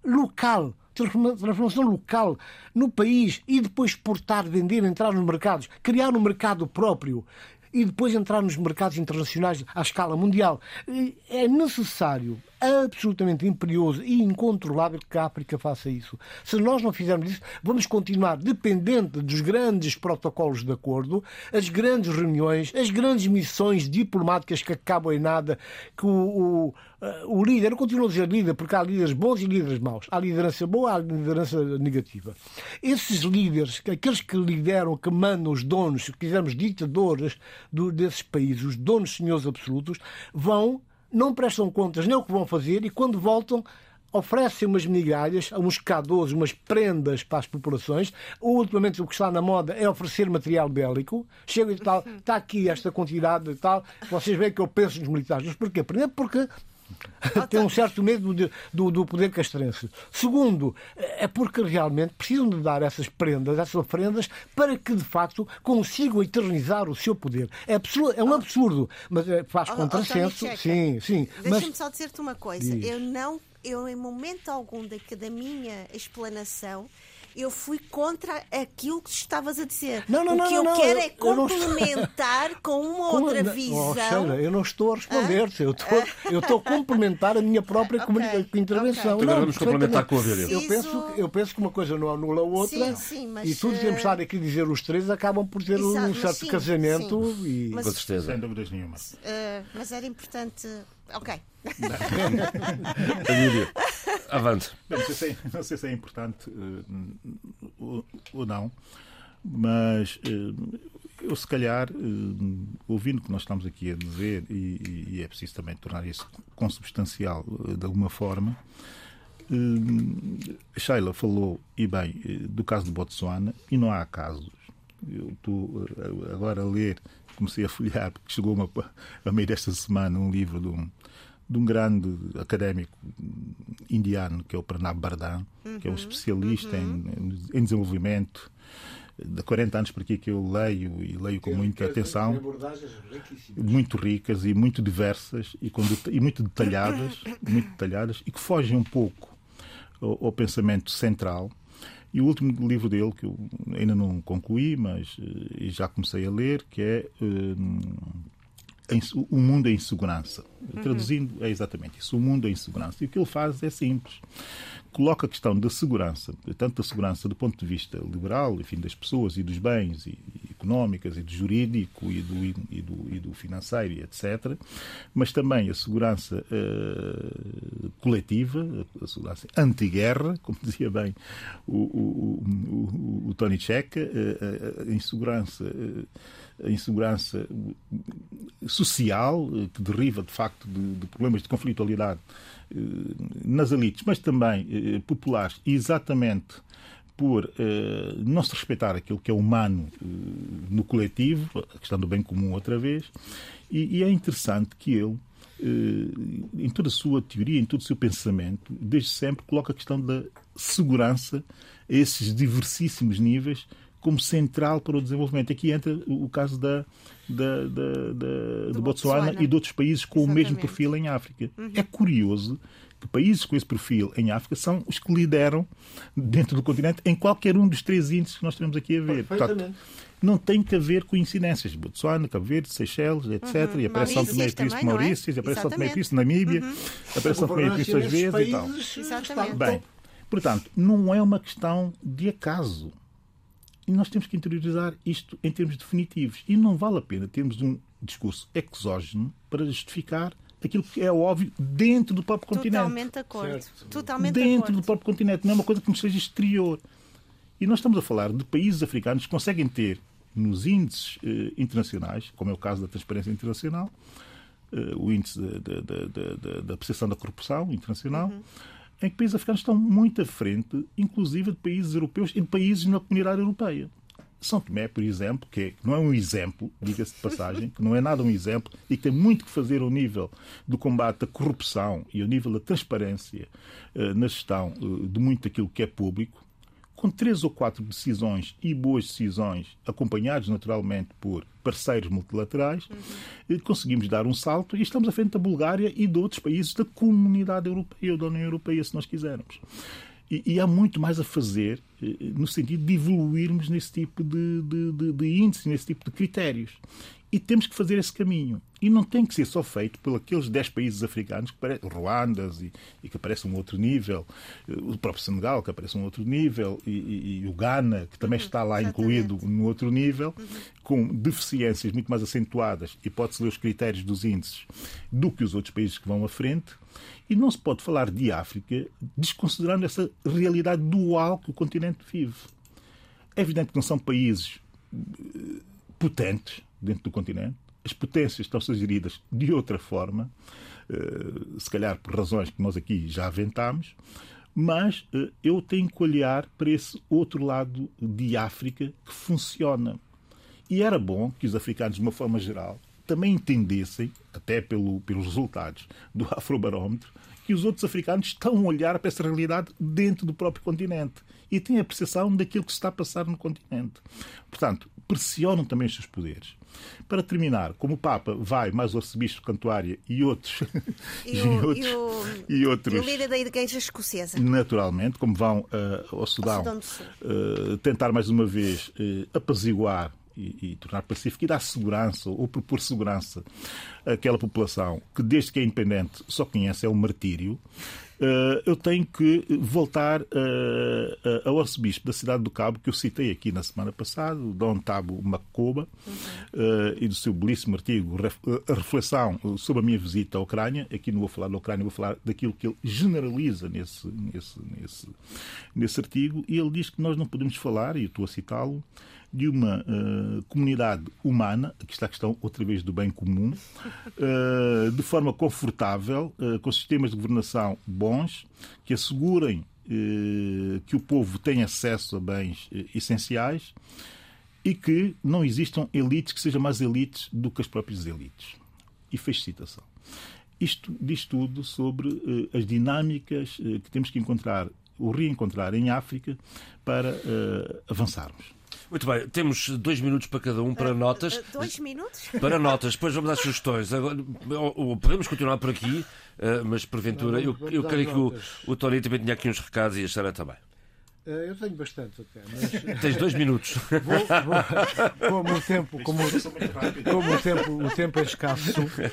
transformação local no país e depois exportar, vender, entrar nos mercados, criar um mercado próprio e depois entrar nos mercados internacionais à escala mundial. É necessário, absolutamente imperioso e incontrolável que a África faça isso. Se nós não fizermos isso, vamos continuar dependente dos grandes protocolos de acordo, as grandes reuniões, as grandes missões diplomáticas que acabam em nada, que o líder, eu continuo a dizer líder, porque há líderes bons e líderes maus. Há liderança boa, há liderança negativa. Esses líderes, aqueles que lideram, que mandam os donos, se quisermos ditadores desses países, os donos senhores absolutos, não prestam contas nem o que vão fazer e quando voltam oferecem umas migalhas, uns cadôs, umas prendas para as populações. Ultimamente o que está na moda é oferecer material bélico. Chega e tal, está aqui esta quantidade e tal. Vocês veem que eu penso nos militares. Mas porquê? Primeiro porque tem um certo medo do poder castrense. Segundo, é porque realmente precisam de dar essas prendas, essas ofrendas, para que de facto consigam eternizar o seu poder. É um absurdo, mas faz contrassenso. Sim. Deixa-me só dizer-te uma coisa. Eu em momento algum da minha explanação eu fui contra aquilo que estavas a dizer. O que eu quero é complementar com uma outra visão. Sheila, eu não estou a responder-te. Eu estou a complementar a minha própria intervenção. Agora vamos complementar com a dele. Eu penso que uma coisa não anula a outra. Sim, mas, e tudo temos estar aqui a dizer os três acabam por ter um certo casamento. E... Com certeza. Sem dúvidas nenhuma. Mas era importante... Ok. Avante. Não sei se é importante ou não, mas eu se calhar, ouvindo o que nós estamos aqui a dizer, e é preciso também tornar isso consubstancial de alguma forma, Sheila falou, e bem, do caso de Botsuana, e não há casos. Eu estou agora a ler, comecei a folhear, porque chegou a meio desta semana um livro de um grande académico indiano, que é o Pranab Bardhan, que é um especialista em desenvolvimento. De 40 anos por aqui que eu leio, e leio com muita atenção, muito ricas e muito diversas e muito detalhadas, e que fogem um pouco ao pensamento central. E o último livro dele, que eu ainda não concluí, mas já comecei a ler, que é O Mundo em Segurança. Traduzindo, é exatamente isso, O Mundo em Segurança. E o que ele faz é simples. Coloca a questão da segurança, tanto da segurança do ponto de vista liberal, enfim, das pessoas e dos bens e económicas e do jurídico e do financeiro, etc., mas também a segurança coletiva, a segurança anti-guerra, como dizia bem o Tony Checa, a insegurança social, que deriva, de facto, de problemas de conflitualidade nas elites, mas também populares, exatamente por não se respeitar aquilo que é humano no coletivo, a questão do bem comum outra vez, e é interessante que ele, em toda a sua teoria, em todo o seu pensamento, desde sempre coloca a questão da segurança a esses diversíssimos níveis como central para o desenvolvimento. Aqui entra o caso de Botsuana e de outros países com o mesmo perfil em África. É curioso que países com esse perfil em África são os que lideram dentro do continente em qualquer um dos 3 índices que nós temos aqui a ver. Portanto, não tem que haver coincidências. Botsuana, Cabo Verde, Seychelles, etc. E aparece São Tomé e Príncipe, Maurícios, aparece São Tomé e Príncipe, Namíbia, aparece São Tomé e Príncipe às vezes e tal. Exatamente. Bem, portanto, não é uma questão de acaso. E nós temos que interiorizar isto em termos definitivos. E não vale a pena termos um discurso exógeno para justificar aquilo que é óbvio dentro do próprio continente. Totalmente de acordo. Totalmente dentro do próprio continente. Não é uma coisa que nos seja exterior. E nós estamos a falar de países africanos que conseguem ter nos índices internacionais, como é o caso da Transparência Internacional, o índice da percepção da corrupção internacional, em que países africanos estão muito à frente, inclusive de países europeus e de países na comunidade europeia. São Tomé, por exemplo, que não é um exemplo, diga-se de passagem, que não é nada um exemplo e que tem muito que fazer ao nível do combate à corrupção e ao nível da transparência na gestão de muito daquilo que é público, com 3 ou 4 decisões e boas decisões, acompanhados naturalmente por parceiros multilaterais, conseguimos dar um salto e estamos à frente da Bulgária e de outros países da comunidade europeia ou da União Europeia, se nós quisermos. E há muito mais a fazer no sentido de evoluirmos nesse tipo de índice, nesse tipo de critérios. E temos que fazer esse caminho. E não tem que ser só feito por aqueles 10 países africanos, que parecem Ruandas e que aparece um outro nível, o próprio Senegal, que aparece um outro nível, e o Ghana, que também está lá incluído no outro nível, com deficiências muito mais acentuadas, e pode-se ler os critérios dos índices, do que os outros países que vão à frente. E não se pode falar de África desconsiderando essa realidade dual que o continente vive. É evidente que não são países potentes dentro do continente. As potências estão geridas de outra forma, se calhar por razões que nós aqui já aventámos, mas eu tenho que olhar para esse outro lado de África que funciona. E era bom que os africanos, de uma forma geral, também entendessem, até pelos resultados do Afrobarómetro, que os outros africanos estão a olhar para essa realidade dentro do próprio continente e têm a percepção daquilo que se está a passar no continente. Portanto, pressionam também os seus poderes. Para terminar, como o Papa vai, mais o arcebispo de Cantuária e outros... E o líder da Igreja Escocesa. Naturalmente, como vão ao Sudão do Sul. Tentar mais uma vez apaziguar e tornar pacífico e dar segurança ou propor segurança àquela população que, desde que é independente, só conhece é o martírio, eu tenho que voltar ao arcebispo da cidade do Cabo, que eu citei aqui na semana passada, o Dom Thabo Makoba, e do seu belíssimo artigo A Reflexão sobre a minha visita à Ucrânia. Aqui não vou falar da Ucrânia, vou falar daquilo que ele generaliza nesse artigo, e ele diz que nós não podemos falar, e eu estou a citá-lo, de uma comunidade humana, aqui está a questão outra vez do bem comum, de forma confortável, com sistemas de governação bons, que assegurem que o povo tenha acesso a bens essenciais e que não existam elites que sejam mais elites do que as próprias elites. E fez citação. Isto diz tudo sobre as dinâmicas que temos que encontrar ou reencontrar em África para avançarmos. Muito bem, temos 2 minutos para cada um para notas. 2 minutos? Para notas, depois vamos às sugestões. Agora, podemos continuar por aqui, mas porventura, eu creio que o Tony também tinha aqui uns recados e a Sara também. Eu tenho bastante até, mas... Tens 2 minutos. O tempo é escasso,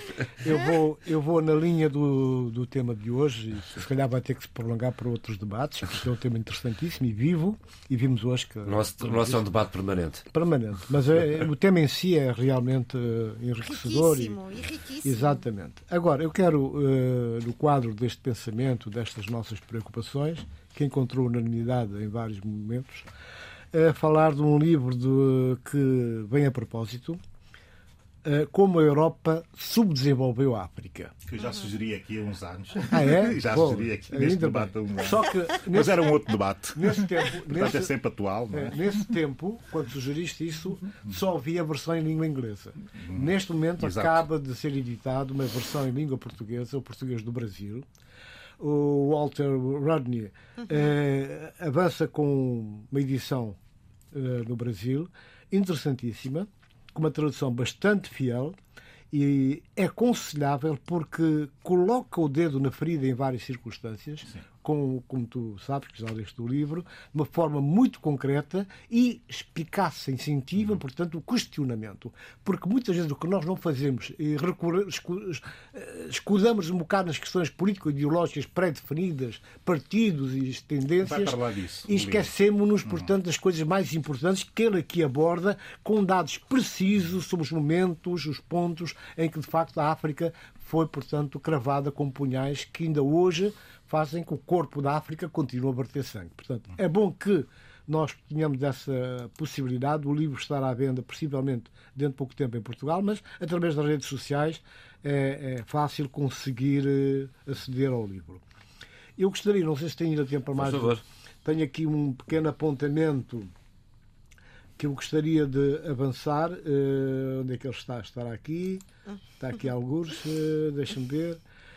eu vou na linha do tema de hoje e se calhar vai ter que se prolongar para outros debates, porque é um tema interessantíssimo e vivo, e vimos hoje que... O nosso é um debate permanente. Mas o tema em si é realmente enriquecedor. Riquíssimo, e riquíssimo. Exatamente. Agora, eu quero, no quadro deste pensamento, destas nossas preocupações, que encontrou unanimidade em vários momentos, falar de um livro que vem a propósito, Como a Europa subdesenvolveu a África. Que eu já sugeri aqui há uns anos. É? Já sugeri aqui neste debate há uns anos. Só que Mas era um outro debate. Nesse tempo, Portanto, é sempre atual, não é? Nesse tempo, quando sugeriste isso, só havia a versão em língua inglesa. Neste momento, Exato. acaba de ser editada uma versão em língua portuguesa, o português do Brasil. O Walter Rodney avança com uma edição no Brasil, interessantíssima, com uma tradução bastante fiel e é aconselhável porque coloca o dedo na ferida em várias circunstâncias, como tu sabes, que já leste o livro, de uma forma muito concreta e eficaz, incentiva, portanto, o questionamento. Porque muitas vezes o que nós não fazemos é escudamos um bocado nas questões político-ideológicas pré-definidas, partidos e tendências, e esquecemos-nos, portanto, das coisas mais importantes que ele aqui aborda, com dados precisos sobre os momentos, os pontos em que, de facto, a África foi, portanto, cravada com punhais que ainda hoje fazem que o corpo da África continue a verter sangue. Portanto, é bom que nós tenhamos essa possibilidade. O livro estará à venda, possivelmente, dentro de pouco tempo em Portugal, mas através das redes sociais é fácil conseguir aceder ao livro. Eu gostaria, não sei se tenho ainda tempo para mais... Por favor. Tenho aqui um pequeno apontamento que eu gostaria de avançar. Onde é que ele está? Estará aqui. Está aqui alguns. Deixa-me ver.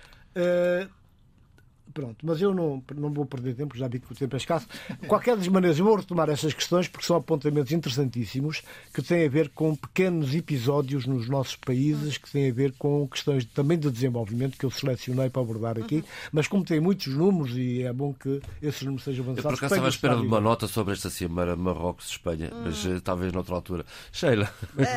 Pronto, mas eu não vou perder tempo, já vi que o tempo é escasso. De qualquer das maneiras, eu vou retomar essas questões porque são apontamentos interessantíssimos que têm a ver com pequenos episódios nos nossos países, que têm a ver com questões também de desenvolvimento que eu selecionei para abordar aqui, mas como tem muitos números e é bom que esses números sejam Eu, avançados. por acaso, estava à espera de uma nota sobre esta cimeira Marrocos-Espanha, mas talvez noutra altura. Sheila.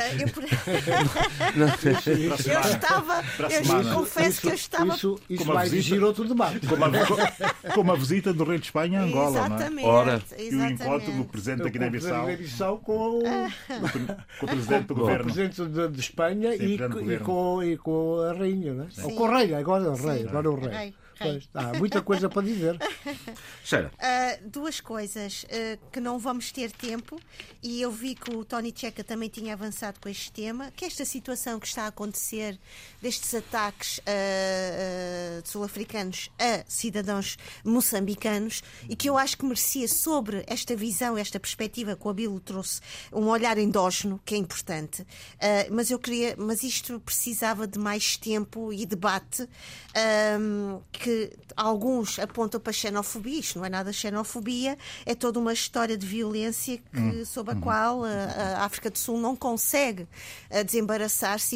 Eu confesso que eu estava... Isso vai exigir outro debate. Como a visita do rei de Espanha a Angola, Exatamente, não é? Ora. E o encontro do presidente da Guiné-Bissau com o presidente do o governo. presidente de Espanha Sim, e com a rainha, não é? Ou com o rei, agora é o rei. Agora é o rei. Pois, há muita coisa para dizer. Sheila. Duas coisas que não vamos ter tempo, e eu vi que o Tony Checa também tinha avançado com este tema, que esta situação que está a acontecer destes ataques sul-africanos a cidadãos moçambicanos, e que eu acho que merecia, sobre esta visão, esta perspectiva que o Abílio trouxe, um olhar endógeno, que é importante. Mas isto precisava de mais tempo e debate, que alguns apontam para xenofobia. Isto não é nada xenofobia, é toda uma história de violência sobre a qual a África do Sul não consegue desembaraçar-se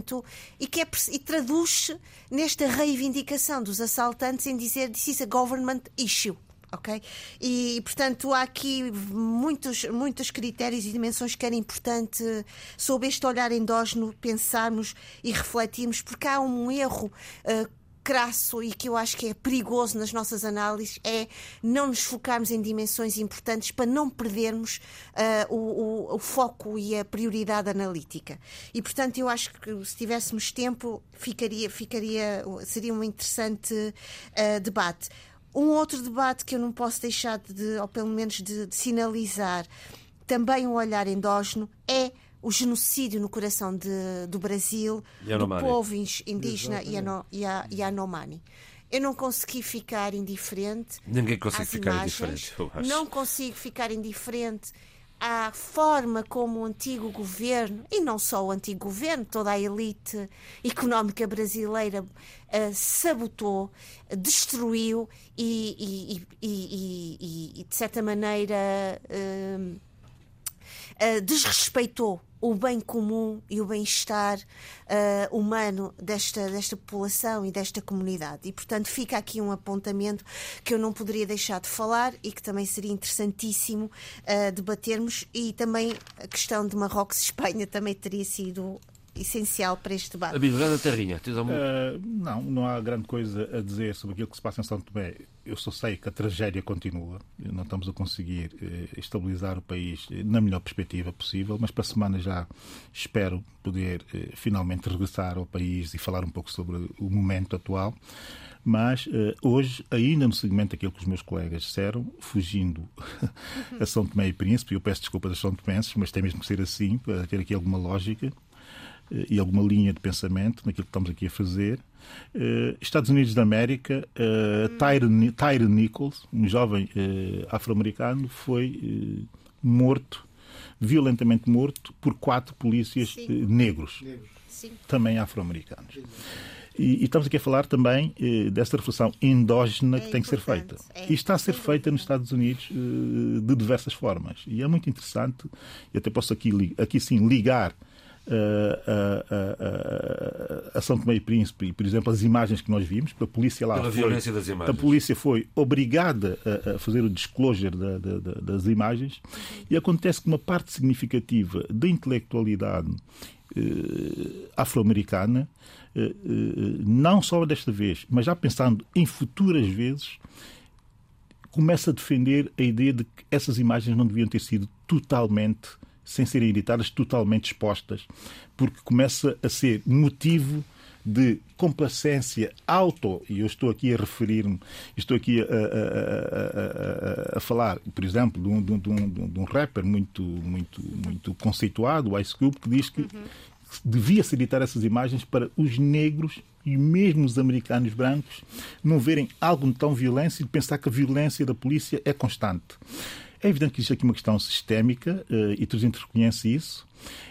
e traduz-se nesta reivindicação dos assaltantes em dizer this is a government issue. Okay? E, portanto, há aqui muitos critérios e dimensões que era importante, sob este olhar endógeno, pensarmos e refletirmos, porque há um erro crasso e que eu acho que é perigoso nas nossas análises, é não nos focarmos em dimensões importantes para não perdermos o foco e a prioridade analítica. E, portanto, eu acho que se tivéssemos tempo seria um interessante debate. Um outro debate que eu não posso deixar ou pelo menos de sinalizar, também um olhar endógeno, é o genocídio no coração do Brasil, do povo indígena Yanomami. Eu não consegui ficar indiferente. Ninguém consegue ficar imagens, indiferente, eu acho. Não consigo ficar indiferente à forma como o antigo governo, e não só o antigo governo, toda a elite económica brasileira sabotou, destruiu e de certa maneira desrespeitou o bem comum e o bem-estar humano desta população e desta comunidade. E, portanto, fica aqui um apontamento que eu não poderia deixar de falar e que também seria interessantíssimo debatermos, e também a questão de Marrocos e Espanha também teria sido essencial para este debate. A Bíblia da Terrinha, tens algum... Não há grande coisa a dizer sobre aquilo que se passa em São Tomé. Eu só sei que a tragédia continua. Não estamos a conseguir estabilizar o país na melhor perspectiva possível, mas para a semana já espero poder finalmente regressar ao país e falar um pouco sobre o momento atual. Mas hoje, ainda no segmento daquilo que os meus colegas disseram, fugindo a São Tomé e Príncipe, eu peço desculpa das São Tomenses, mas tem mesmo que ser assim, para ter aqui alguma lógica e alguma linha de pensamento naquilo que estamos aqui a fazer. Estados Unidos da América, Tyre Nichols, um jovem afro-americano, foi violentamente morto por 4 polícias negros, também afro-americanos. E estamos aqui a falar também dessa reflexão endógena que tem que ser feita. E está a ser feita nos Estados Unidos de diversas formas. E é muito interessante, e até posso aqui sim ligar a São Tomé e Príncipe, por exemplo, as imagens que nós vimos, a polícia lá violência das imagens. A polícia foi obrigada a fazer o disclosure das imagens, e acontece que uma parte significativa da intelectualidade afro-americana, não só desta vez, mas já pensando em futuras vezes, começa a defender a ideia de que essas imagens não deviam ter sido totalmente, sem serem editadas, totalmente expostas, porque começa a ser motivo de complacência e eu estou aqui a referir-me, estou aqui a falar, por exemplo, de um rapper muito conceituado, o Ice Cube, que diz que devia-se editar essas imagens para os negros e mesmo os americanos brancos não verem algo tão violento e pensar que a violência da polícia é constante. É evidente que existe aqui uma questão sistémica e todos a gente reconhece isso,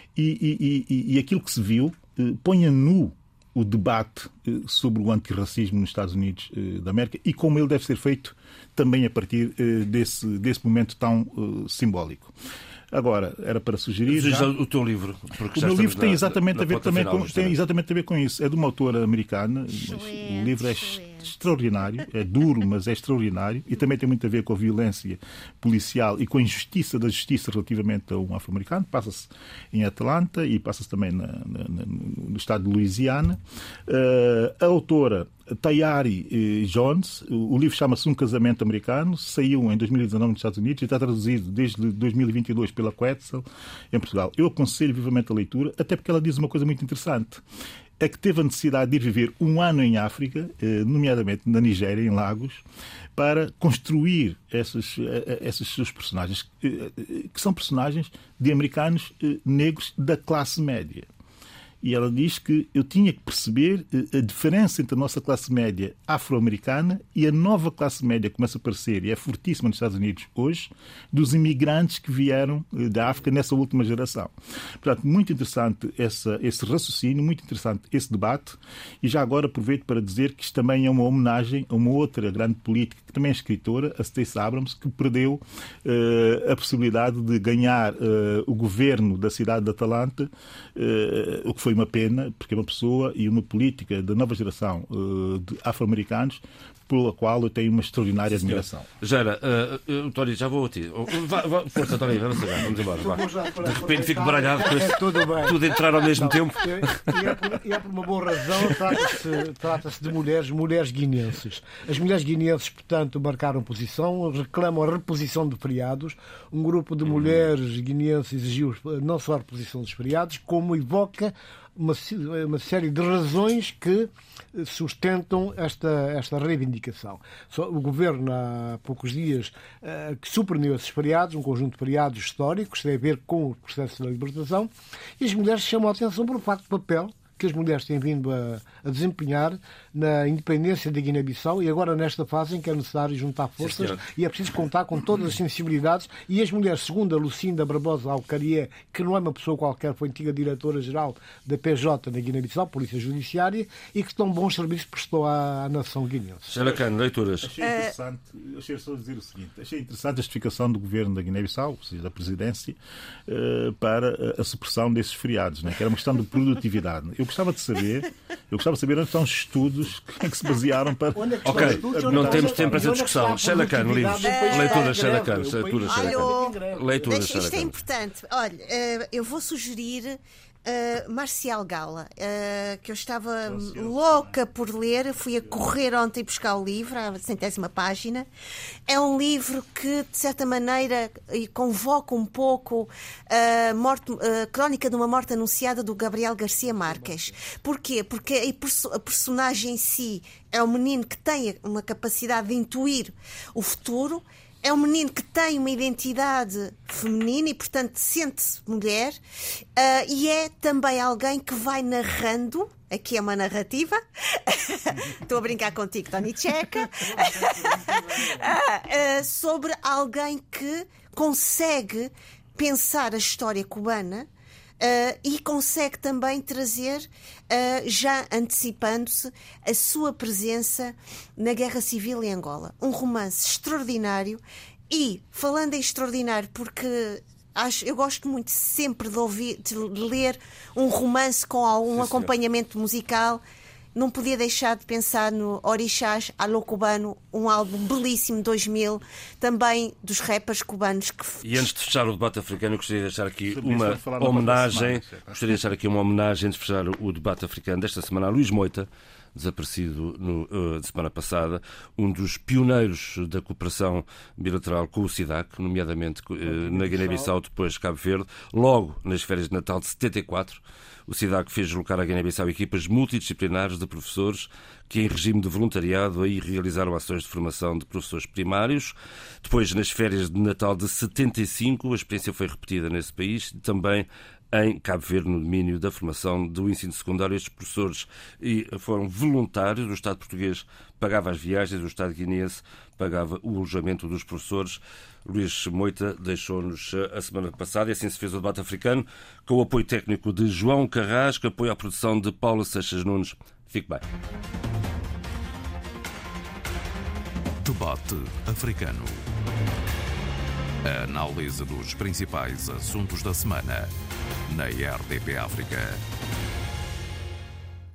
e aquilo que se viu põe a nu o debate sobre o antirracismo nos Estados Unidos da América e como ele deve ser feito também a partir desse momento tão simbólico. Agora, era para sugerir... O teu livro. O meu livro tem exatamente a ver também a ver com isso. É de uma autora americana. O livro é extraordinário, é duro, mas é extraordinário, e também tem muito a ver com a violência policial e com a injustiça da justiça relativamente a um afro-americano. Passa-se em Atlanta e passa-se também no estado de Louisiana. A autora Tayari Jones, o livro chama-se Um Casamento Americano, saiu em 2019 nos Estados Unidos e está traduzido desde 2022 pela Quetzal em Portugal. Eu aconselho vivamente a leitura, até porque ela diz uma coisa muito interessante. É que teve a necessidade de ir viver um ano em África, nomeadamente na Nigéria, em Lagos, para construir esses seus personagens, que são personagens de americanos negros da classe média. E ela diz que eu tinha que perceber a diferença entre a nossa classe média afro-americana e a nova classe média que começa a aparecer, e é fortíssima nos Estados Unidos hoje, dos imigrantes que vieram da África nessa última geração. Portanto, muito interessante esse raciocínio, muito interessante esse debate, e já agora aproveito para dizer que isto também é uma homenagem a uma outra grande política, que também é escritora, a Stacey Abrams, que perdeu a possibilidade de ganhar o governo da cidade de Atlanta, o que foi uma pena, porque é uma pessoa e uma política da nova geração de afro-americanos pela qual eu tenho uma extraordinária admiração. Gera, Tony, já vou a ti. Força, Tony, vamos embora. De repente fico baralhado com isso. Tudo entrar ao mesmo tempo. E é por uma boa razão, trata-se de mulheres guineenses. As mulheres guineenses, portanto, marcaram posição, reclamam a reposição de feriados. Um grupo de mulheres guineenses exigiu não só a reposição dos feriados, como evoca uma série de razões que sustentam esta reivindicação. O governo, há poucos dias, que suprimiu esses feriados, um conjunto de feriados históricos, tem a ver com o processo da libertação, e as mulheres chamam a atenção para o facto de papel que as mulheres têm vindo a desempenhar na independência da Guiné-Bissau e agora nesta fase em que é necessário juntar forças e é preciso contar com todas as sensibilidades. E as mulheres, segundo a Lucinda Barbosa Alcarié, que não é uma pessoa qualquer, foi antiga diretora-geral da PJ na Guiné-Bissau, Polícia Judiciária, e que tão bons serviços prestou à nação guineense. Xelacano, leituras. Achei interessante, achei só dizer o seguinte, achei interessante a justificação do governo da Guiné-Bissau, ou seja, da presidência, para a supressão desses feriados, né? Que era uma questão de produtividade. Eu gostava de saber onde estão os estudos que se basearam para... Ok, não temos tempo para essa discussão. Xelacano, livros. Leituras, Xelacano. Leituras, Isto é importante. Olha, eu vou sugerir Marcial Gala, que eu estava louca por ler. Fui a correr ontem buscar o livro, a 100ª página. É um livro que, de certa maneira, convoca um pouco a crónica de uma morte anunciada do Gabriel Garcia Marques. Porquê? Porque a personagem em si é um menino que tem uma capacidade de intuir o futuro. É um menino que tem uma identidade feminina e, portanto, sente-se mulher, e é também alguém que vai narrando, aqui é uma narrativa, estou a brincar contigo, Tony Checa, sobre alguém que consegue pensar a história cubana e consegue também trazer, já antecipando-se, a sua presença na Guerra Civil em Angola. Um romance extraordinário e, falando em extraordinário, porque eu gosto muito sempre de ler um romance com algum acompanhamento musical. Não podia deixar de pensar no Orixás Alô Cubano, um álbum belíssimo de 2000, também dos rappers cubanos. E antes de fechar o debate africano, eu gostaria de deixar aqui uma homenagem. Gostaria de deixar aqui uma homenagem antes de fechar o debate africano desta semana a Luís Moita, desaparecido na semana passada, um dos pioneiros da cooperação bilateral com o SIDAC, nomeadamente na Guiné-Bissau, depois Cabo Verde, logo nas férias de Natal de 74. O SIDAC fez deslocar à Guiné-Bissau equipas multidisciplinares de professores que, em regime de voluntariado, aí realizaram ações de formação de professores primários. Depois, nas férias de Natal de 75, a experiência foi repetida nesse país, também em Cabo Verde, no domínio da formação do ensino secundário. Estes professores foram voluntários, o Estado português pagava as viagens, o Estado guineense pagava o alojamento dos professores. Luís Moita deixou-nos a semana passada e assim se fez o debate africano, com o apoio técnico de João Carrasco, apoio à produção de Paula Seixas Nunes. Fique bem. Debate africano. A análise dos principais assuntos da semana na RDP África.